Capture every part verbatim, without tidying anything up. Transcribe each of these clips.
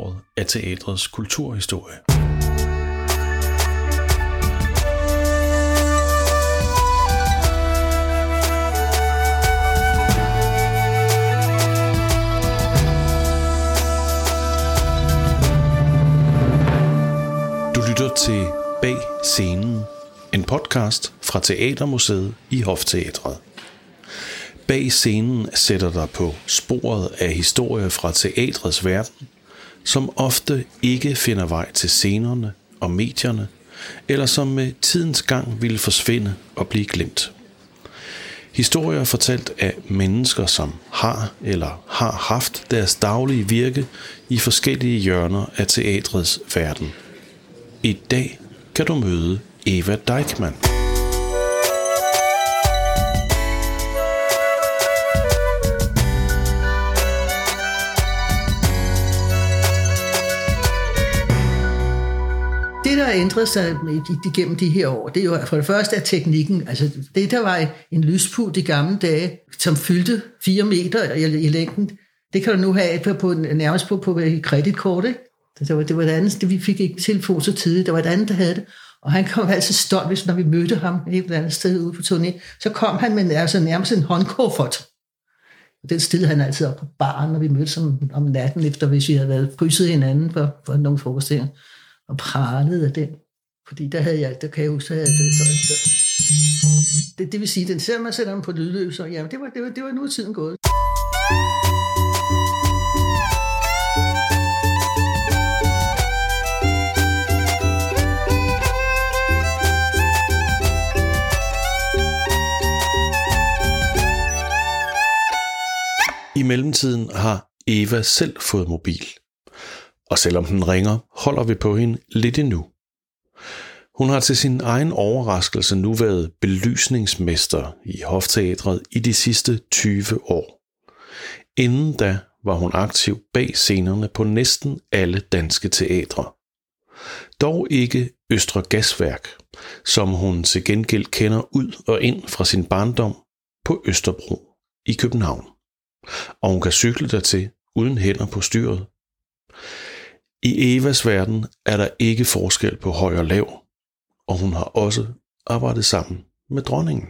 sporet af teatrets kulturhistorie. Du lytter til Bag Scenen, en podcast fra Teatermuseet i Hofteatret. Bag Scenen sætter dig på sporet af historier fra teatrets verden, som ofte ikke finder vej til scenerne og medierne, eller som med tidens gang ville forsvinde og blive glemt. Historier fortalt af mennesker, som har eller har haft deres daglige virke i forskellige hjørner af teatrets verden. I dag kan du møde Eva Deichmann. Det, der har ændret sig igennem de her år, det er jo for det første er teknikken. Altså det, der var en lyspult i gamle dage, som fyldte fire meter i, i længden, det kan du nu have på, på, nærmest på, på et kreditkort, ikke? Det var, det var det andet, det vi fik ikke telefon så tidligt, der var et andet, der havde det. Og han kom altid stolt, hvis når vi mødte ham et eller andet sted ude på turné, så kom han med altså nærmest en håndkuffert. Den stillede han altid op på baren, når vi mødtes om, om natten, efter hvis vi havde været krydset hinanden for, for nogle forestillinger, og pralede af den. Fordi der havde jeg, der kan jeg huske, at det, det, det, det vil sige, den ser man sætter ham på lydløs, og jamen, det var, det var, det var nu tiden gået. I mellemtiden har Eva selv fået mobil, og selvom den ringer, holder vi på hende lidt endnu. Hun har til sin egen overraskelse nu været belysningsmester i Hofteatret i de sidste tyve år. Inden da var hun aktiv bag scenerne på næsten alle danske teatre. Dog ikke Østre Gasværk, som hun til gengæld kender ud og ind fra sin barndom på Østerbro i København. Og hun kan cykle dertil uden hænder på styret. I Evas verden er der ikke forskel på høj og lav, og hun har også arbejdet sammen med dronningen.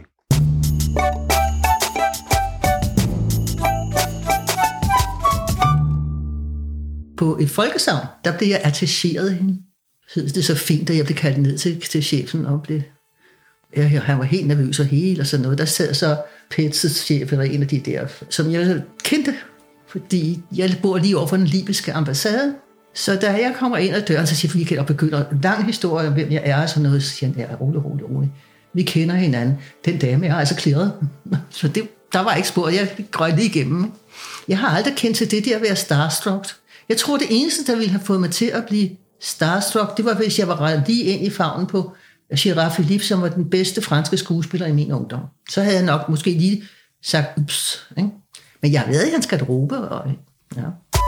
På et folkesavn, der blev jeg attacheret hende. Det er så fint, at jeg blev kaldt ned til, til chefen og blev... Jeg, han var helt nervøs og helt og sådan noget. Der sad så Pets' chef, eller en af de der, som jeg kendte, fordi jeg bor lige over for den libyske ambassade. Så da jeg kommer ind ad døren, så siger vi, og begynder en lang historie om, hvem jeg er, og sådan noget, så siger han, ja, rolig, rolig, rolig. Vi kender hinanden. Den dame, jeg har altså klæret. Så det, der var ikke spor, jeg grøg lige igennem. Jeg har aldrig kendt til det der at være starstruck. Jeg tror, det eneste, der ville have fået mig til at blive starstruck, det var, hvis jeg var lige ind i favnen på Gérard Philippe, som var den bedste franske skuespiller i min ungdom. Så havde jeg nok måske lige sagt, ups. Ikke? Men jeg har været i hans garderobe. Og, ja.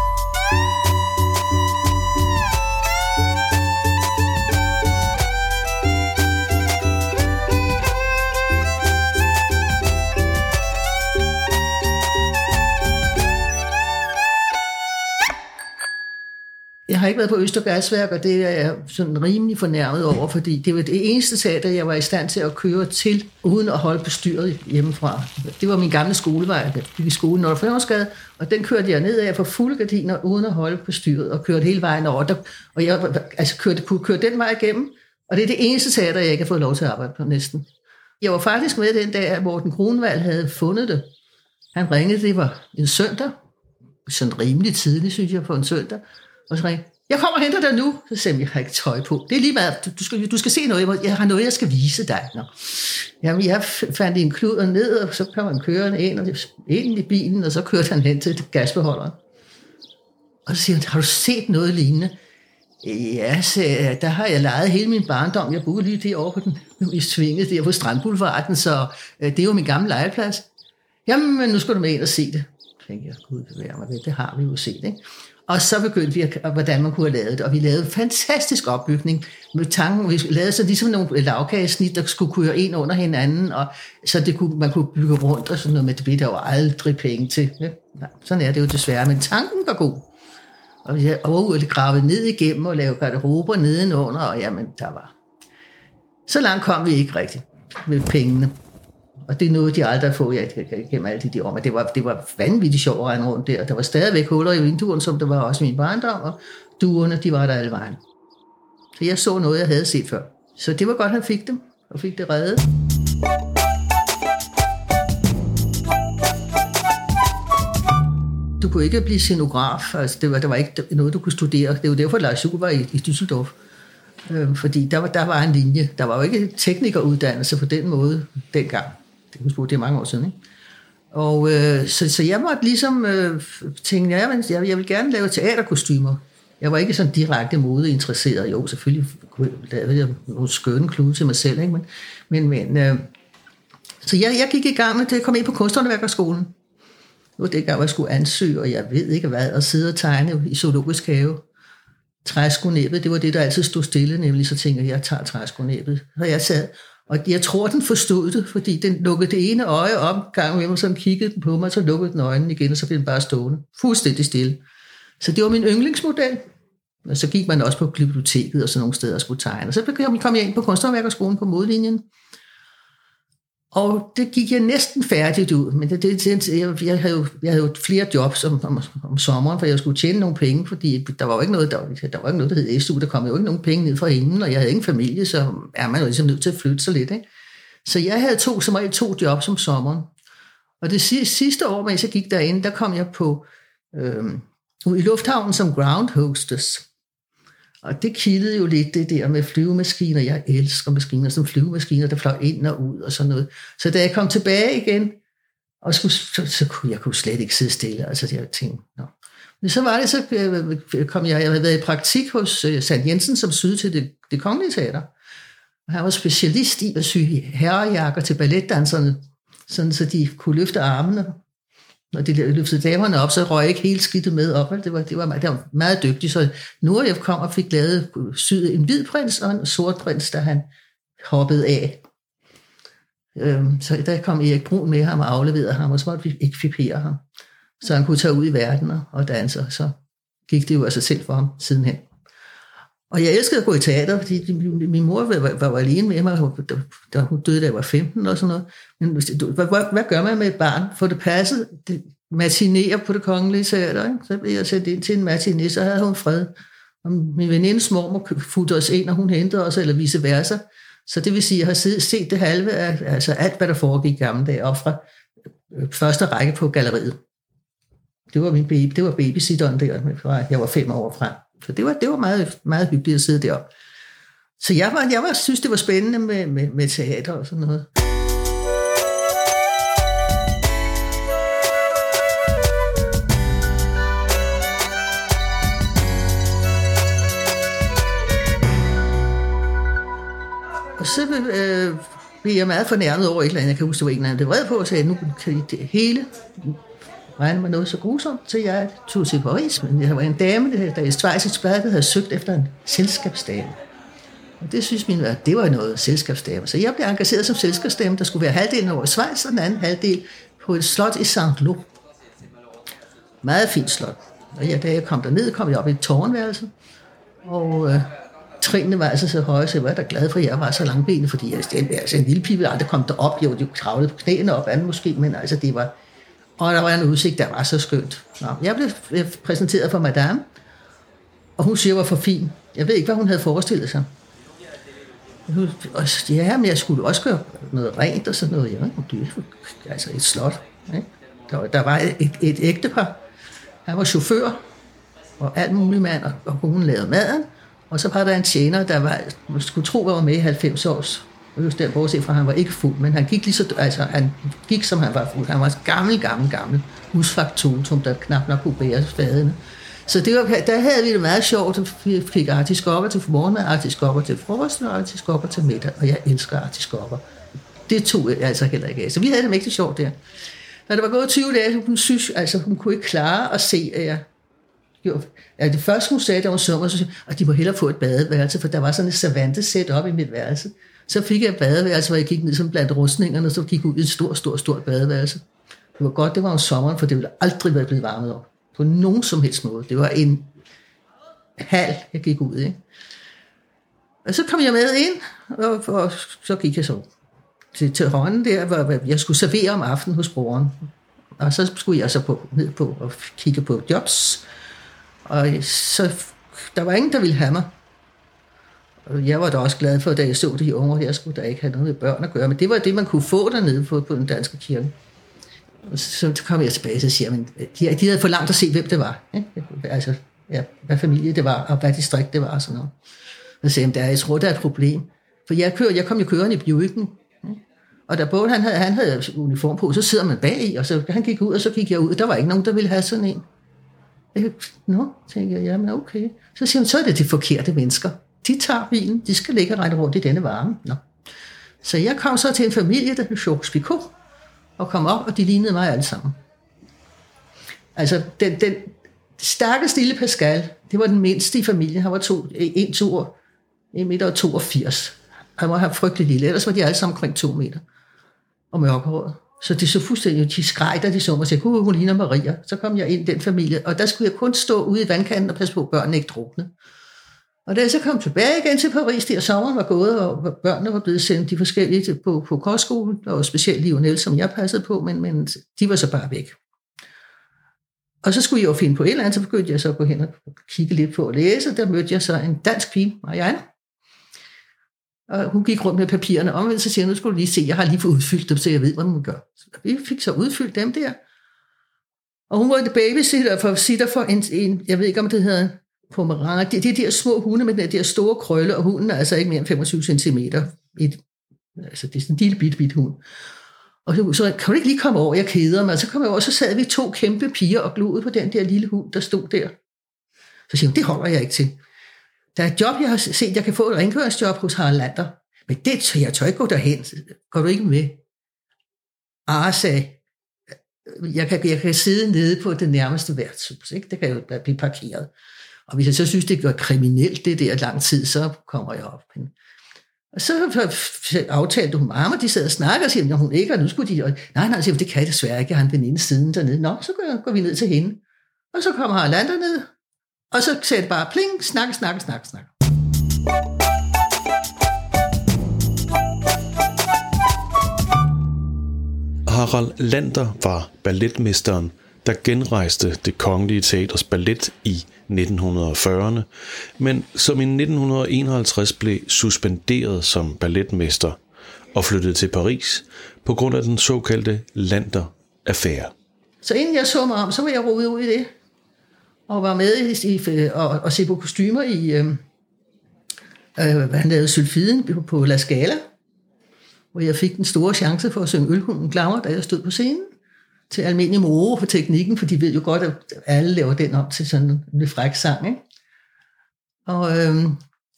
Jeg har ikke været på Østre Gasværk, og det er jeg sådan rimelig fornærmet over, fordi det var det eneste teater, jeg var i stand til at køre til, uden at holde på styret hjemmefra. Det var min gamle skolevej, jeg gik i skolen Nordre Frihavnsgade, og den kørte jeg ned af for fulde gardiner, uden at holde på styret, og kørte hele vejen over. Der, og jeg altså, kørte, kunne køre den vej igennem, og det er det eneste teater, jeg ikke har fået lov til at arbejde på næsten. Jeg var faktisk med den dag, hvor Morten Grunwald havde fundet det. Han ringede, det var en søndag, sådan rimelig tidligt, synes jeg, på en søndag. Og så ringte, jeg kommer og henter dig nu. Så sagde jeg, jeg har ikke tøj på. Det er lige meget, du skal, du skal se noget, jeg har noget, jeg skal vise dig. Nå. Jamen, jeg fandt en klud ned, og så kan man køre ind, og ind i bilen, og så kørte han hen til gasbeholderen. Og så siger han, har du set noget lignende? Ja, så der har jeg lejet hele min barndom. Jeg boede lige derovre på den, i Svinget, der på Strandboulevarden, så det er jo min gamle legeplads. Jamen, men nu skal du med ind og se det. Så tænkte jeg, gud, det har vi jo set, ikke? Og så begyndte vi, at, hvordan man kunne have lavet det. Og vi lavede en fantastisk opbygning med tanken. Vi lavede så ligesom nogle lavkagesnit, der skulle køre en under hinanden, og så det kunne, man kunne bygge rundt og sådan noget, men det blev der jo aldrig penge til. Ja, sådan er det jo desværre, men tanken var god. Og jeg var gravet ned igennem og lavede garderober nedenunder, og jamen, der var... Så langt kom vi ikke rigtigt med pengene. Og det er noget, de aldrig har fået, jeg gennem alle de år, men det var, det var vanvittigt sjovt at regne rundt der. Der var stadigvæk huller i vinduerne, som der var også i min barndom, og duerne, de var der alle vejen. Så jeg så noget, jeg havde set før. Så det var godt, han fik dem, og fik det reddet. Du kunne ikke blive scenograf, altså det var, der var ikke noget, du kunne studere. Det var derfor, Lars Juhl var i, i Düsseldorf. Øh, fordi der var, der var en linje. Der var jo ikke teknikeruddannelse på den måde dengang. Det, det er mange år siden, ikke? Og øh, så, så jeg måtte ligesom øh, tænke, ja, men jeg, jeg vil gerne lave teaterkostymer. Jeg var ikke sådan direkte modeinteresseret. Jo, selvfølgelig lavede jeg nogle skønne klude til mig selv, ikke? Men, men, men øh, så jeg, jeg gik i gang med det. Jeg kom ind på Kunsthåndværkerskolen. Det var dengang, hvor jeg skulle ansøge, og jeg ved ikke hvad, og sidde og tegne i zoologisk have. Træskonæbbet, det var det, der altid stod stille, nemlig så tænkte jeg, jeg tager træskonæbbet. Og jeg sad, og jeg tror, den forstod det, fordi den lukkede det ene øje op, gang med mig, så kiggede den på mig, så lukkede den øjnene igen, og så blev den bare stående. Fuldstændig stille. Så det var min yndlingsmodel. Og så gik man også på biblioteket og sådan nogle steder og skulle tegne. Og så kom jeg ind på Kunsthåndværkerskolen på modlinjen. Og det gik jeg næsten færdigt ud, men det, det, jeg, jeg, havde jo, jeg havde jo flere jobs om, om, om sommeren, for jeg skulle tjene nogle penge, fordi der var jo ikke noget, der, der, var ikke noget, der hed S U, der kom jo ikke nogen penge ned fra hende, og jeg havde ingen familie, så er man jo ligesom nødt til at flytte sig lidt, ikke? Så jeg havde to, som regel to jobs om sommeren. Og det sidste år, mens jeg gik derinde, der kom jeg på øh, i lufthavnen som ground hostess. Og det kildede jo lidt det der med flyvemaskiner. Jeg elsker maskiner som flyvemaskiner, der fløj ind og ud og sådan noget. Så da jeg kom tilbage igen, og skulle, så, så kunne jeg kunne slet ikke sidde stille. Altså jeg tænkte, nå. Men så var det, så kom jeg, jeg havde været i praktik hos Sand Jensen, som syede til det, det Kongelige Teater. Og han var specialist i at sy herrejakker til balletdanserne, sådan så de kunne løfte armene. Når de løftede damerne op, så røg ikke helt skidtet med op. Det var, det var, det var meget dygtigt. Så Nurejev kom og fik lavet syet en hvid prins og en sort prins, da han hoppede af. Øhm, så der kom Erik Brun med ham og afleverede ham, og så måtte vi ekvipere ham, så han kunne tage ud i verden og danse. Så gik det jo af sig selv for ham sidenhen. Og jeg elskede at gå i teater, fordi min mor var, var, var alene med mig, da hun døde, da jeg var femten og sådan noget. Men hvad, hvad gør man med et barn? For det passede matinéer på det Kongelige Teater, ikke? Så blev jeg sendt ind til en matiné, så havde hun fred. Og min venindes mormor fulgte os ind, og hun hentede os, eller vice versa. Så det vil sige, at jeg har set det halve af altså alt, hvad der foregik i gamle dage, op fra første række på galleriet. Det var min baby, det var babysitteren der, jeg var fem år frem. Så det var, det var meget, meget hyggeligt at sidde deroppe. Så jeg, var, jeg var, synes, det var spændende med, med, med teater og sådan noget. Og så øh, blev jeg meget fornærmet over et eller andet. Jeg kan huske, det var en eller anden, der vred på og sagde, nu kan I det hele regne med noget så grusomt, så jeg tog til Paris, men der var en dame, der i Schweizisk Blad, der havde søgt efter en selskabsdame. Og det synes min, at det var noget selskabsdame. Så jeg blev engageret som selskabsdame, der skulle være halvdelen over i Schweiz, og den anden halvdel på et slot i Saint Lô. Meget fint slot. Og ja, da jeg kom derned, kom jeg op i et tårnværelse, og øh, trinene var altså så høje, så jeg var da glad for, at jeg var så langbenet, fordi jeg, altså, en lille pige aldrig kom derop. Jo, de kravlede på knæene op, anden måske, men altså det var... Og der var en udsigt, der var så skønt. Nå, jeg blev præsenteret for madame, og hun siger, jeg var for fin. Jeg ved ikke, hvad hun havde forestillet sig. Og ja, men jeg skulle også gøre noget rent og sådan noget. Ja, altså et slot. Ikke? Der, der var et, et ægtepar. Han var chauffør, og alt muligt mand, og hun lavede maden. Og så var der en tjener, der var, man skulle tro, var med i halvfems års. Just der, bortset fra, han var ikke fuld, men han gik lige så, altså han gik som han var fuld. Han var gammel, gammel, gammel husfaktotum, der knap nok kunne bære fadene. Så det var, der havde vi det meget sjovt. Vi fik artiskokker til morgenmad, artiskokker til frokost og artiskokker til middag, og jeg elsker artiskokker. Det tog jeg altså heller ikke af. Så vi havde det mægtigt sjovt der. Når det var gået tyve dage, hun synes, altså hun kunne ikke klare at se, at jeg gjorde. Ja, det første hun sagde, der var sommer, så og de må hellere få et badeværelse, for der var sådan et savante sæt op i mit værelse. Så fik jeg et badeværelse, hvor jeg gik ned som blandt rustningerne, og så gik ud i et stort, stort, stort badeværelse. Det var godt, det var om sommeren, for det ville aldrig være blevet varmet op. På nogen som helst måde. Det var en halv, jeg gik ud, ikke? Og så kom jeg med ind, og, og så gik jeg så til, til hånden der, hvor jeg skulle servere om aftenen hos broren. Og så skulle jeg så på, ned på og kigge på jobs. Og så, der var ingen, der ville have mig. Og jeg var da også glad for, da jeg så de unge, jeg skulle da ikke have noget med børn at gøre. Men det var det, man kunne få dernede på, på den danske kirke. Og så, så kom jeg tilbage, og så siger jeg, de, de havde for langt at se, hvem det var. Ikke? Altså, ja, hvad familie det var, og hvad distrikt det var og sådan noget. Og så sagde jeg, jeg tror, der er et problem. For jeg, kører, jeg kom jo kørende i Buicken. Og da Bål, han havde, han havde uniform på, så sidder man bag i, og så han gik ud, og så gik jeg ud. Der var ikke nogen, der ville have sådan en. Jeg, Nå, tænkte jeg, jamen okay. Så siger man, så er det de forkerte mennesker. De tager bilen, de skal ligge og regne rundt i denne varme. Nå. Så jeg kom så til en familie, der hed Georges Picot, og kom op, og de lignede mig alle sammen. Altså, den, den stærkeste lille Pascal, det var den mindste i familien. Han var to, en, to, en meter og toogfirs. Han var frygtelig lille, ellers var de alle sammen omkring to meter. Og mørkerød. Så det så fuldstændig, de skreg, da de så mig og sagde, gud, hun ligner Maria. Så kom jeg ind i den familie, og der skulle jeg kun stå ude i vandkanten og passe på, at børnene ikke druknede. Og da jeg så kom tilbage igen til Paris, der sommeren var gået, og børnene var blevet sendt de forskellige på, på kostskolen, og specielt Lionel, som jeg passede på, men, men de var så bare væk. Og så skulle jeg jo finde på et eller andet, så begyndte jeg så at gå hen og kigge lidt på at læse, og der mødte jeg så en dansk pige, Marianne. Og hun gik rundt med papirerne om, og så siger jeg, nu skulle du lige se, jeg har lige fået udfyldt dem, så jeg ved, hvad man gør. Så vi fik så udfyldt dem der. Og hun var en babysitter for, sitter for en, en, jeg ved ikke, om det hedder Pomeranian. Det er de der små hunde med den der store krølle, og hunden er altså ikke mere end femogtyve centimeter. Et, altså det er sådan en lille bit, bit hund. Og så, så kan du ikke lige komme over, jeg keder mig. Og så kom jeg over, så sad vi to kæmpe piger og glodede på den der lille hund, der stod der. Så siger hun, det holder jeg ikke til. Der er et job, jeg har set, jeg kan få et rengøringsjob hos Harald Lander. Men det, jeg tør ikke gå derhen. Går du ikke med? Ah, sagde, jeg kan, jeg kan sidde nede på det nærmeste værtshus. Ikke? Det kan jo blive parkeret. Og hvis jeg så synes, det gør kriminelt, det der lang tid, så kommer jeg op. Og så aftalte hun mig, og de sad og snakkede og siger, at hun ikke, og nu skulle de... Og, nej, nej, siger, det kan jeg desværre ikke, jeg har en veninde siden dernede. Nå, så går, går vi ned til hende. Og så kommer Harald Lander ned, og så sagde det bare pling, snak, snak, snak, snak. Harald Lander var balletmesteren, der genrejste Det Kongelige Teaters ballet i nitten fyrrerne, men som i nitten enoghalvtreds blev suspenderet som balletmester og flyttede til Paris på grund af den såkaldte Lander-affære. Så inden jeg så mig om, så var jeg rodet ud i det, og var med i, i og, og se på kostymer i, øh, øh, han lavede Sylfiden på La Scala, hvor jeg fik den store chance for at synge Ølhunden Glamour, da jeg stod på scenen, til almindelig moro for teknikken, for de ved jo godt, at alle laver den om til sådan en lidt fræk sang, ikke? Og øhm,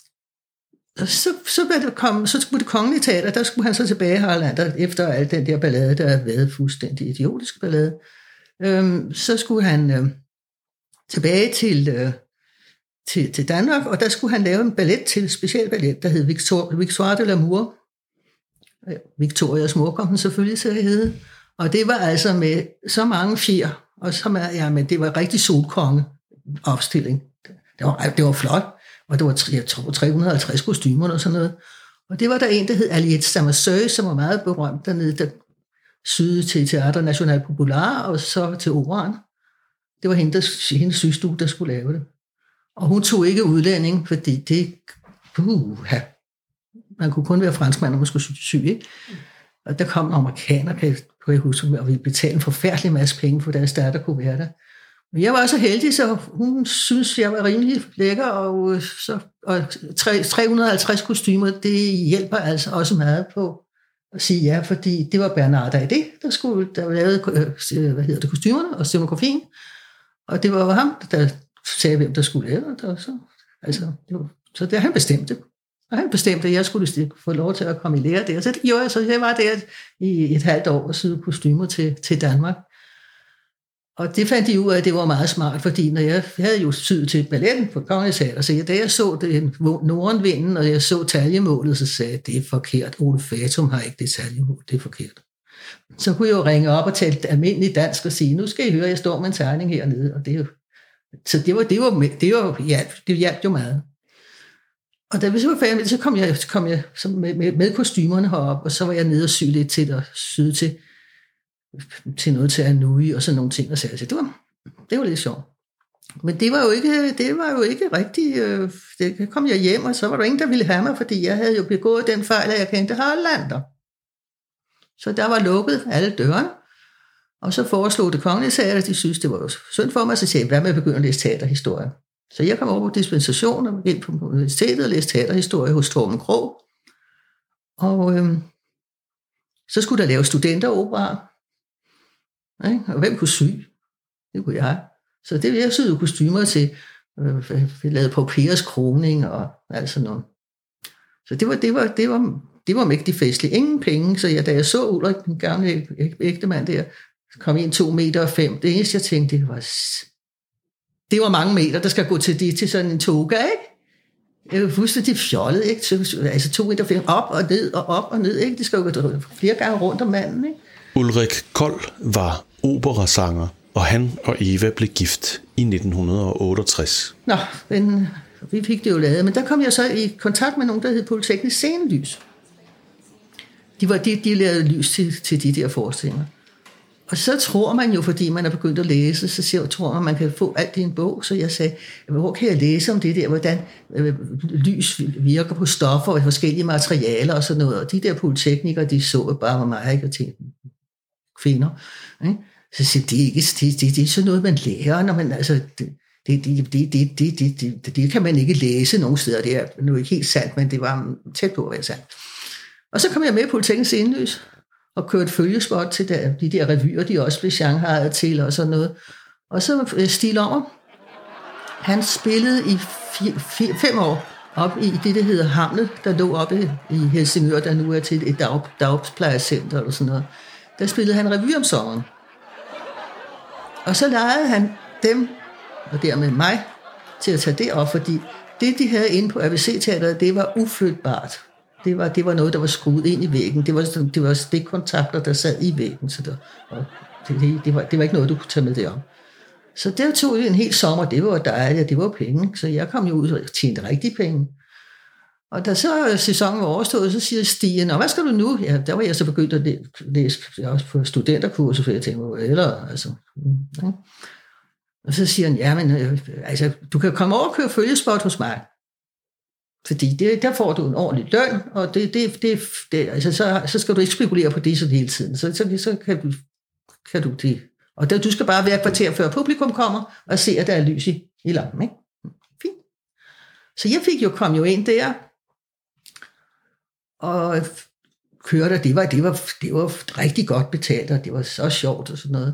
så, så, det kom, så skulle Det Kongelige Teater, der skulle han så tilbage, Harald Lander, efter al den der ballade, der havde været fuldstændig idiotisk ballade. Øhm, så skulle han øh, tilbage til, øh, til, til Danmark, og der skulle han lave en ballet til, en speciel ballet, der hed Victor, Victoire de l'Amour. Victorias mor kom den selvfølgelig til at hedde. Og det var altså med så mange fjer, og så med, ja, men det var rigtig solkonge opstilling. Det var, det var flot, og det var jeg tror, tre hundrede og halvtreds kostymer og sådan noget. Og det var der en, der hed Aliette Samarsø, som var meget berømt dernede, der syede til Teatret National Popular, og så til Operan. Det var hende, der, hendes systue, der skulle lave det. Og hun tog ikke udlænding, fordi det... Uh, ja. Man kunne kun være franskmand, når man skulle sy, ikke? Og der kom en amerikaner, kan jeg huske, og vi betalte en forfærdelig masse penge for deres datter kunne være der. Men jeg var så heldig, så hun synes, jeg var rimelig lækker, og, så, og tre hundrede og halvtreds kostymer, det hjælper altså også meget på at sige ja, fordi det var Bernard Aidé, der skulle, der lavede, hvad hedder det, kostymerne og scenografien, og det var ham, der sagde, hvem der skulle lave det, og så, altså, det var, så det han bestemte. Og han bestemte, at jeg skulle få lov til at komme i lære der. Så det gjorde jeg, så jeg var der i et halvt år og syede kostymer til, til Danmark. Og det fandt de ud af, at det var meget smart, fordi når jeg, jeg havde jo syet til balletten på Kongelige Teater, så da jeg så det, nordenvinden, og jeg så taljemålet, så sagde jeg, det er forkert. Ole Fatum har ikke det taljemål, det er forkert. Så kunne jeg jo ringe op og tale almindelig dansk og sige, nu skal I høre, jeg står med en tegning hernede, og det er jo, Så det var, det var, det var, ja, det hjalp jo meget. Og da vi så var færdige, så kom jeg, kom jeg så med, med, med kostymerne herop, og så var jeg nede og sy lidt til, og syde til, til noget til Anui, og sådan nogle ting, og så det var, det var lidt sjovt. Men det var jo ikke, det var jo ikke rigtigt. Øh, det kom jeg hjem, og så var der ingen, der ville have mig, fordi jeg havde jo begået den fejl, at jeg kendte Hollander. Så der var lukket alle dørene. Og så foreslog det kongelige teater, de synes, det var jo synd for mig, så sagde jeg, hvad med at begynde at læse teaterhistorie? Så jeg kom over på dispensation og gik på universitetet og læste teaterhistorie hos Torben Krog. Og øhm, så skulle der lave studenteropera. Og hvem kunne sy? Det kunne jeg. Så det jeg syede kostymer til. Vi lavede på Pers kroning og alt sådan noget. Så det var, det var, det var, det var mægtig festligt. Ingen penge, så jeg, da jeg så Ulrik, den gamle ægtemand der, kom ind to meter og fem. Det eneste, jeg tænkte, det var, det var mange meter, der skal gå til, det, til sådan en toga, ikke? Jeg var fuldstændig fjollet, ikke? Altså to meter fem, op og ned og op og ned, ikke? Det skal jo gå flere gange rundt om manden, ikke? Ulrik Kold var operasanger, og han og Eva blev gift i nitten otteogtres. Nå, men vi fik det jo lavet, men der kom jeg så i kontakt med nogen, der hed Polyteknisk Scenelys. De, var, de, de lavede lys til, til de der forestillinger. Og så tror man jo, fordi man er begyndt at læse, så siger, tror man, at man kan få alt i en bog. Så jeg sagde, hvor kan jeg læse om det der, hvordan øh, lys virker på stoffer og forskellige materialer og sådan noget. Og de der polyteknikere, de så bare mig, ikke? Og tænkte, kvinder. Ikke? Så siger det er ikke, det, det, det er sådan noget, man lærer, når man, altså, det, det, det, det, det, det, det, det, det kan man ikke læse nogen steder. Det er nu ikke helt sandt, men det var tæt på at være sandt. Og så kom jeg med på Polyteknisk Scenelys og kørte følgespot til der, de der revyer, de også blev shanghajet til og sådan noget. Og så Stig Lommer, han spillede i fire, fire, fem år op i det, der hedder Hamlet, der lå oppe i Helsingør, der nu er til et dag, dagplejecenter eller sådan noget. Der spillede han revy om sommeren. Og så lejede han dem, og dermed mig, til at tage det op, fordi det, de havde inde på A B C-teateret, det var uflytbart. Det var, det var noget, der var skruet ind i væggen. Det var, det var stikkontakter, der sad i væggen. Så der, og det, det, det, var, det var ikke noget, du kunne tage med derop. Så det tog jo en hel sommer. Det var dejligt, det var penge. Så jeg kom jo ud og tjente rigtig penge. Og da så sæsonen var overstået, så siger Stig, nå, hvad skal du nu? Ja, der var jeg så begyndt at læse også på studenterkurser, for jeg tænkte, eller altså. Ja. Og så siger han, ja, men altså, du kan komme over og køre følgespot hos mig. Fordi det, der får du en ordentlig løn, og det, det, det, det, altså, så, så skal du ikke spekulere på det sådan hele tiden. Så, så, så kan, du, kan du det. Og der, du skal bare være et kvarter før publikum kommer, og se, at der er lys i, i lampen. Ikke? Fint. Så jeg fik jo, kom jo ind der, og kørte, det var, det var, det var rigtig godt betalt, og det var så sjovt og sådan noget.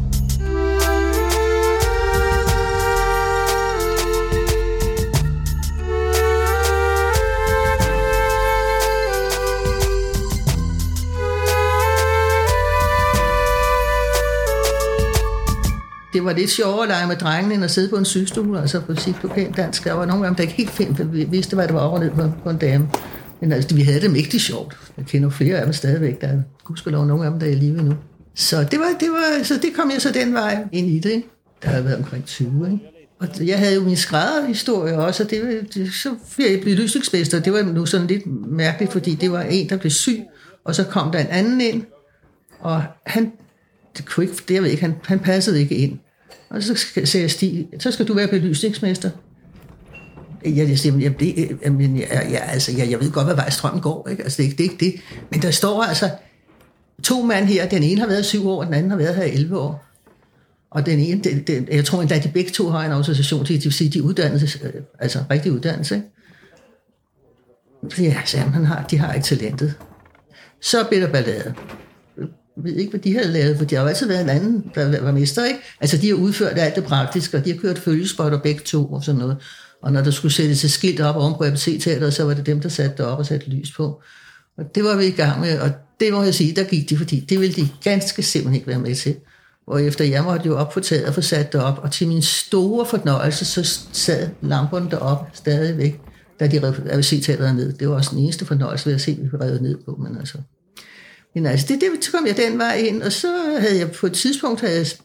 Det var lidt sjovere at lege med drengene, end at sidde på en sygestue, altså på sit lokalt dansk. Der var nogle af dem, der ikke helt fint, for vi vidste, hvad det var over ned på, på en dame. Men altså, vi havde det mægtig sjovt. Jeg kender flere af dem stadigvæk, der er gudskelov nogle af dem, der er i live nu. Så det, var, det, var, så det kom jeg så den vej ind i det, ikke? Der havde været omkring tyve, ikke? Og jeg havde jo min skrædderhistorie også, og det, det, så fik jeg blive lysningsmester. Det var nu sådan lidt mærkeligt, fordi det var en, der blev syg, og så kom der en anden ind, og han, det kunne ikke, det jeg ved ikke, han, han passede ikke ind. Og så sagde jeg, Stig, så skal du være belysningsmester. Jeg, jeg siger, jeg, det, jeg, jeg, altså, jeg, jeg ved godt, hvad vej strømmen går. Ikke? Altså, det, det er ikke det. Men der står altså to mand her. Den ene har været syv år, og den anden har været her elleve år. Og den ene, den, den, jeg tror endda, at de begge to har en autorisation til, det vil sige, de uddannelse, altså rigtig uddannelse. Ikke? Ja, sagde han, har, de har ikke talentet. Så blev der ballade. Jeg ved ikke, hvad de havde lavet, for de har jo altid været en anden, der var mester, ikke? Altså, de har udført alt det praktiske, og de har kørt følgespotter begge to og sådan noget. Og når der skulle sættes et skilt op oven på A B C-teateret, så var det dem, der satte det op og satte lys på. Og det var vi i gang med, og det må jeg sige, der gik de, fordi det ville de ganske simpelthen ikke være med til. Og efter jeg måtte jo op på taget og få sat det op, og til min store fornøjelse, så sad lamperne deroppe stadigvæk, da de rev A B C-teateret ned. Det var også den eneste fornøjelse ved at se, at vi blev revet ned på, men altså... Men altså, det, det, så kom jeg den vej ind, og så havde jeg på et tidspunkt havde jeg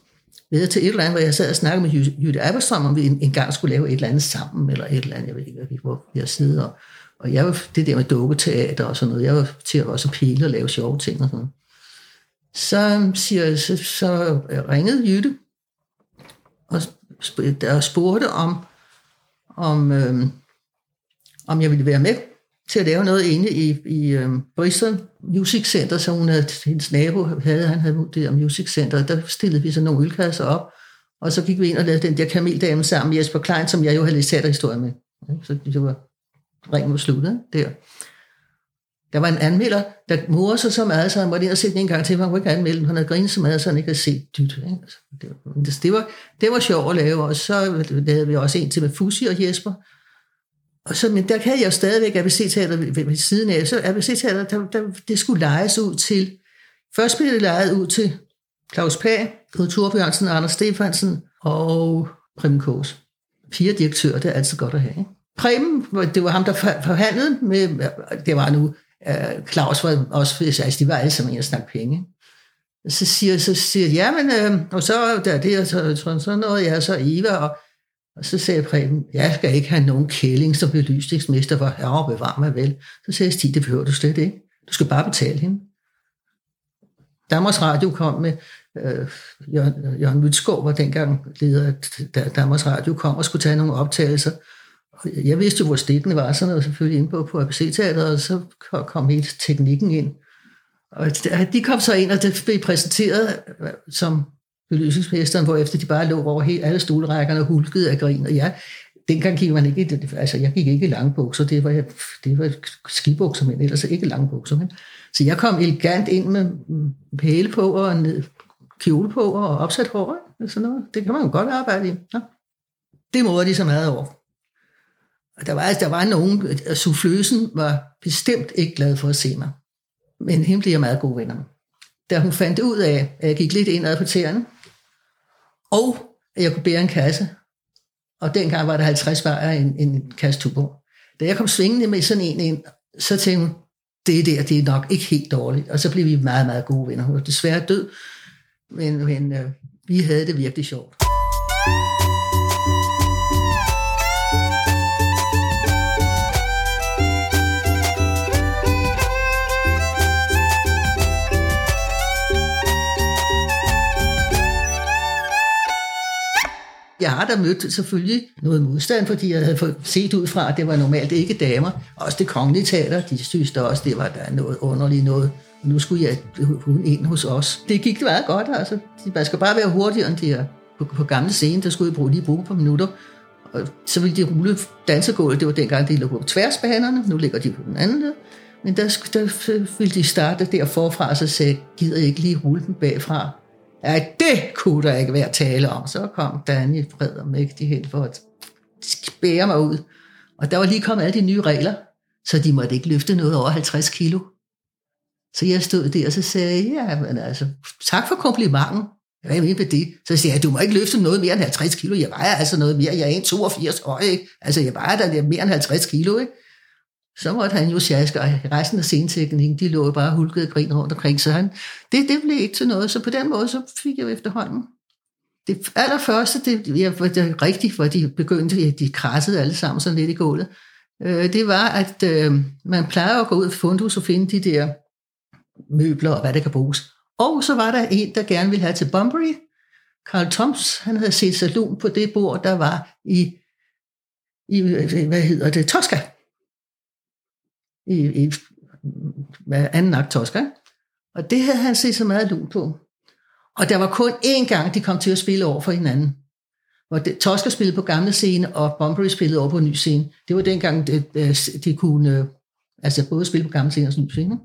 været til et eller andet, hvor jeg sad og snakkede med Jytte Aberstrøm, om vi en, en gang skulle lave et eller andet sammen, eller et eller andet, jeg ved ikke, hvor jeg sidder. Og, og jeg var det der med dukketeater og sådan noget, jeg var til at også pile og lave sjove ting og sådan noget. Så, siger, så, så ringede Jytte, og, og spurgte om, om, øhm, om jeg ville være med til at lave noget inde i, i øhm, Bristol Music Center, så hun havde, hendes nabo havde, han havde det der Music Center, der stillede vi så nogle ølkasser op, og så gik vi ind og lavede den der Kameldame sammen med Jesper Klein, som jeg jo havde læst teaterhistorie med. Så det var ringen var sluttet der. Der var en anmelder, der morede sig så meget, så han måtte ind og se den en gang til, for han kunne ikke anmelde den. Han havde grinet så meget, så han ikke havde set dyt. Altså, det, det, det, var, det var sjovt at lave, og så lavede vi også en til med Fussi og Jesper. Og så, men der havde jeg jo stadigvæk A B C-teater ved, ved, ved siden af. Så A B C-teater, der, der, det skulle lejes ud til, først blev det lejet ud til Claus Pag, Knud Thorbjørnsen, Anders Stefansen og Preben Kaas. Fire direktører, det er altid godt at have. Ikke? Preben, det var ham, der forhandlede med, det var nu, uh, Claus var også, altså de var alle sammen en at snakke penge. Så siger, så siger ja, men, øh, og så der det, og så, så, så nåede jeg så Eva, og, og så sagde Preben, jeg skal ikke have nogen kælling som belysningsmester, hvor jeg bevar mig vel. Så sagde Stig, det behøver du slet ikke. Du skal bare betale hende. Danmarks Radio kom med, øh, Jørgen, Jørgen Mytskov var dengang leder, da Danmarks Radio kom og skulle tage nogle optagelser. Og jeg vidste jo, hvor stikkende var, sådan noget selvfølgelig inde på, på A B C-teateret, og så kom hele teknikken ind. Og de kom så ind, og det blev præsenteret som belysningsmesteren, hvorefter de bare lå over hele alle stolerækkerne og hulkede af grin. Og ja, dengang gik man ikke, altså jeg gik ikke i lange bukser, det var, det var skibukser, men ellers ikke lange bukser. Men. Så jeg kom elegant ind med pæle på og en kjole på og opsat hår, og sådan noget. Det kan man jo godt arbejde i. Ja. Det måder de så meget over. Og der var, der var nogen, souffløsen var bestemt ikke glad for at se mig. Men hende blev jeg meget gode venner med. Da hun fandt ud af, at jeg gik lidt indad på tæerne, og at jeg kunne bære en kasse, og dengang var der halvtreds bajer en, en kasse Tuborg. Da jeg kom svingende med sådan en ind, så tænkte hun, det der, det er nok ikke helt dårligt. Og så blev vi meget, meget gode venner. Hun var desværre død, men, men øh, vi havde det virkelig sjovt. Jeg har da mødt selvfølgelig noget modstand, fordi jeg havde fået set ud fra, at det var normalt ikke damer. Også det kongelige teater, de synes da også, det var der noget underligt noget. Og nu skulle jeg hun ind hos os. Det gik meget godt, altså. Man skal bare være hurtigere end de her. På, på gamle scene, der skulle jeg bruge, lige bruge på minutter. Og så ville de rulle dansegulvet. Det var dengang, de lå på tværsbanerne. Nu ligger de på den anden led. Men der, der ville de starte der forfra, og så sagde, gider jeg ikke lige rulle den bagfra? Ja, det kunne der ikke være tale om. Så kom Daniel Fred og mægtig hen for at spære mig ud. Og der var lige kommet alle de nye regler, så de måtte ikke løfte noget over halvtreds kilo. Så jeg stod der, og så sagde jeg, ja, men altså, tak for komplimenten. Hvad er med det? Så sagde jeg, du må ikke løfte noget mere end halvtreds kilo. Jeg vejer altså noget mere. Jeg er en komma toogfirs høj, ikke? Altså, jeg vejer da mere end halvtreds kilo, ikke? Så måtte han jo sjaske, og resten af sceneteknikken, de lå jo bare hulket og grin rundt omkring, så han, det, det blev ikke til noget, så på den måde, så fik jeg jo efterhånden. Det allerførste, det, ja, det er rigtigt, hvor de begyndte, de krassede alle sammen sådan lidt i gulvet, øh, det var, at øh, man plejer at gå ud af fundhus og finde de der møbler og hvad der kan bruges. Og så var der en, der gerne ville have til Bunbury. Carl Toms, han havde set salon på det bord, der var i, i hvad hedder det, Tosca. I, i anden akt Tosca. Og det havde han set så meget lun på. Og der var kun én gang, de kom til at spille over for hinanden. Hvor det, Tosca spillede på gamle scene, og Bunbury spillede over på en ny scene. Det var dengang, de, de kunne altså både spille på gamle scene og ny scene.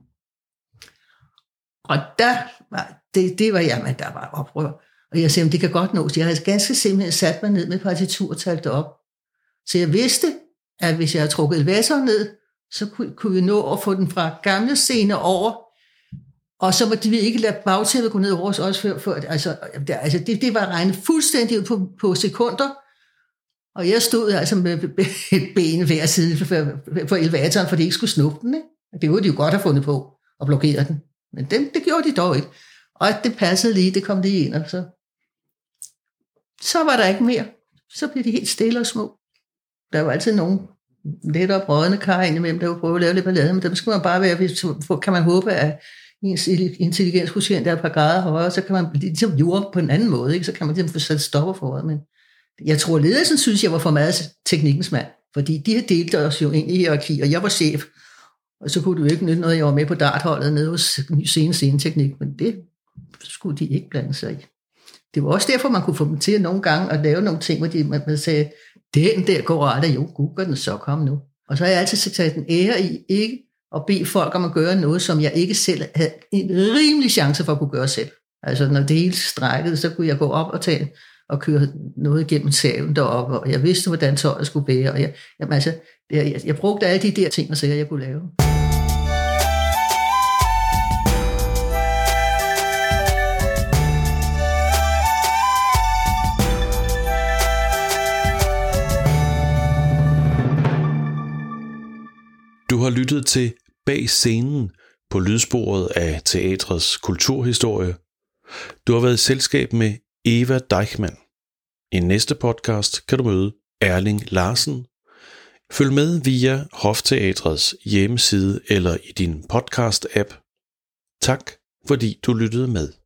Og der var, det, det var, jamen, der var oprør. Og jeg sagde, det kan godt nås. Jeg havde ganske simpelthen sat mig ned med partitur og talt det op. Så jeg vidste, at hvis jeg havde trukket elevatoren ned, så kunne, kunne vi nå at få den fra gamle scene over, og så måtte vi ikke lade bagtæppet gå ned over os også før, før altså, der, altså det, det var regnet fuldstændig ud på, på sekunder, og jeg stod altså med et ben hver side for, for elevatoren, for de ikke skulle snuppe den, ikke? Det kunne de jo godt have fundet på at blokere den, men det, det gjorde de dog ikke, og det passede lige, det kom lige ind, og så så var der ikke mere. Så blev de helt stille og små. Der var altid nogen lidt op rødne kar indimellem, der var prøve at lave lidt ballade, men dem skal man bare være, hvis, kan man håbe, at ens intelligenskvotient er et par grader højere, så kan man ligesom jorde på en anden måde, ikke? Så kan man ligesom få sat stopper for det. Men jeg tror, ledelsen synes, jeg var for meget teknikkens mand, fordi de havde delt os jo ind i hierarki, og jeg var chef, og så kunne du ikke nytte noget, jeg var med på dartholdet nede hos Ny Scene Sceneteknik, men det skulle de ikke blande sig i. Det var også derfor, man kunne få dem til nogle gange at lave nogle ting, hvor de, man sagde, den der går aldrig, jo, gud gør den så, kom nu. Og så har jeg altid taget den ære i ikke at bede folk om at gøre noget, som jeg ikke selv havde en rimelig chance for at kunne gøre selv. Altså når det hele strækkede, så kunne jeg gå op og tage og køre noget igennem saven deroppe, og jeg vidste, hvordan tøjet skulle bære, og jeg, jamen, altså, jeg, jeg brugte alle de der ting, og så jeg kunne lave. Du har lyttet til Bag Scenen på lydsporet af teatrets kulturhistorie. Du har været i selskab med Eva Deichmann. I næste podcast kan du møde Erling Larsen. Følg med via Hofteatrets hjemmeside eller i din podcast-app. Tak fordi du lyttede med.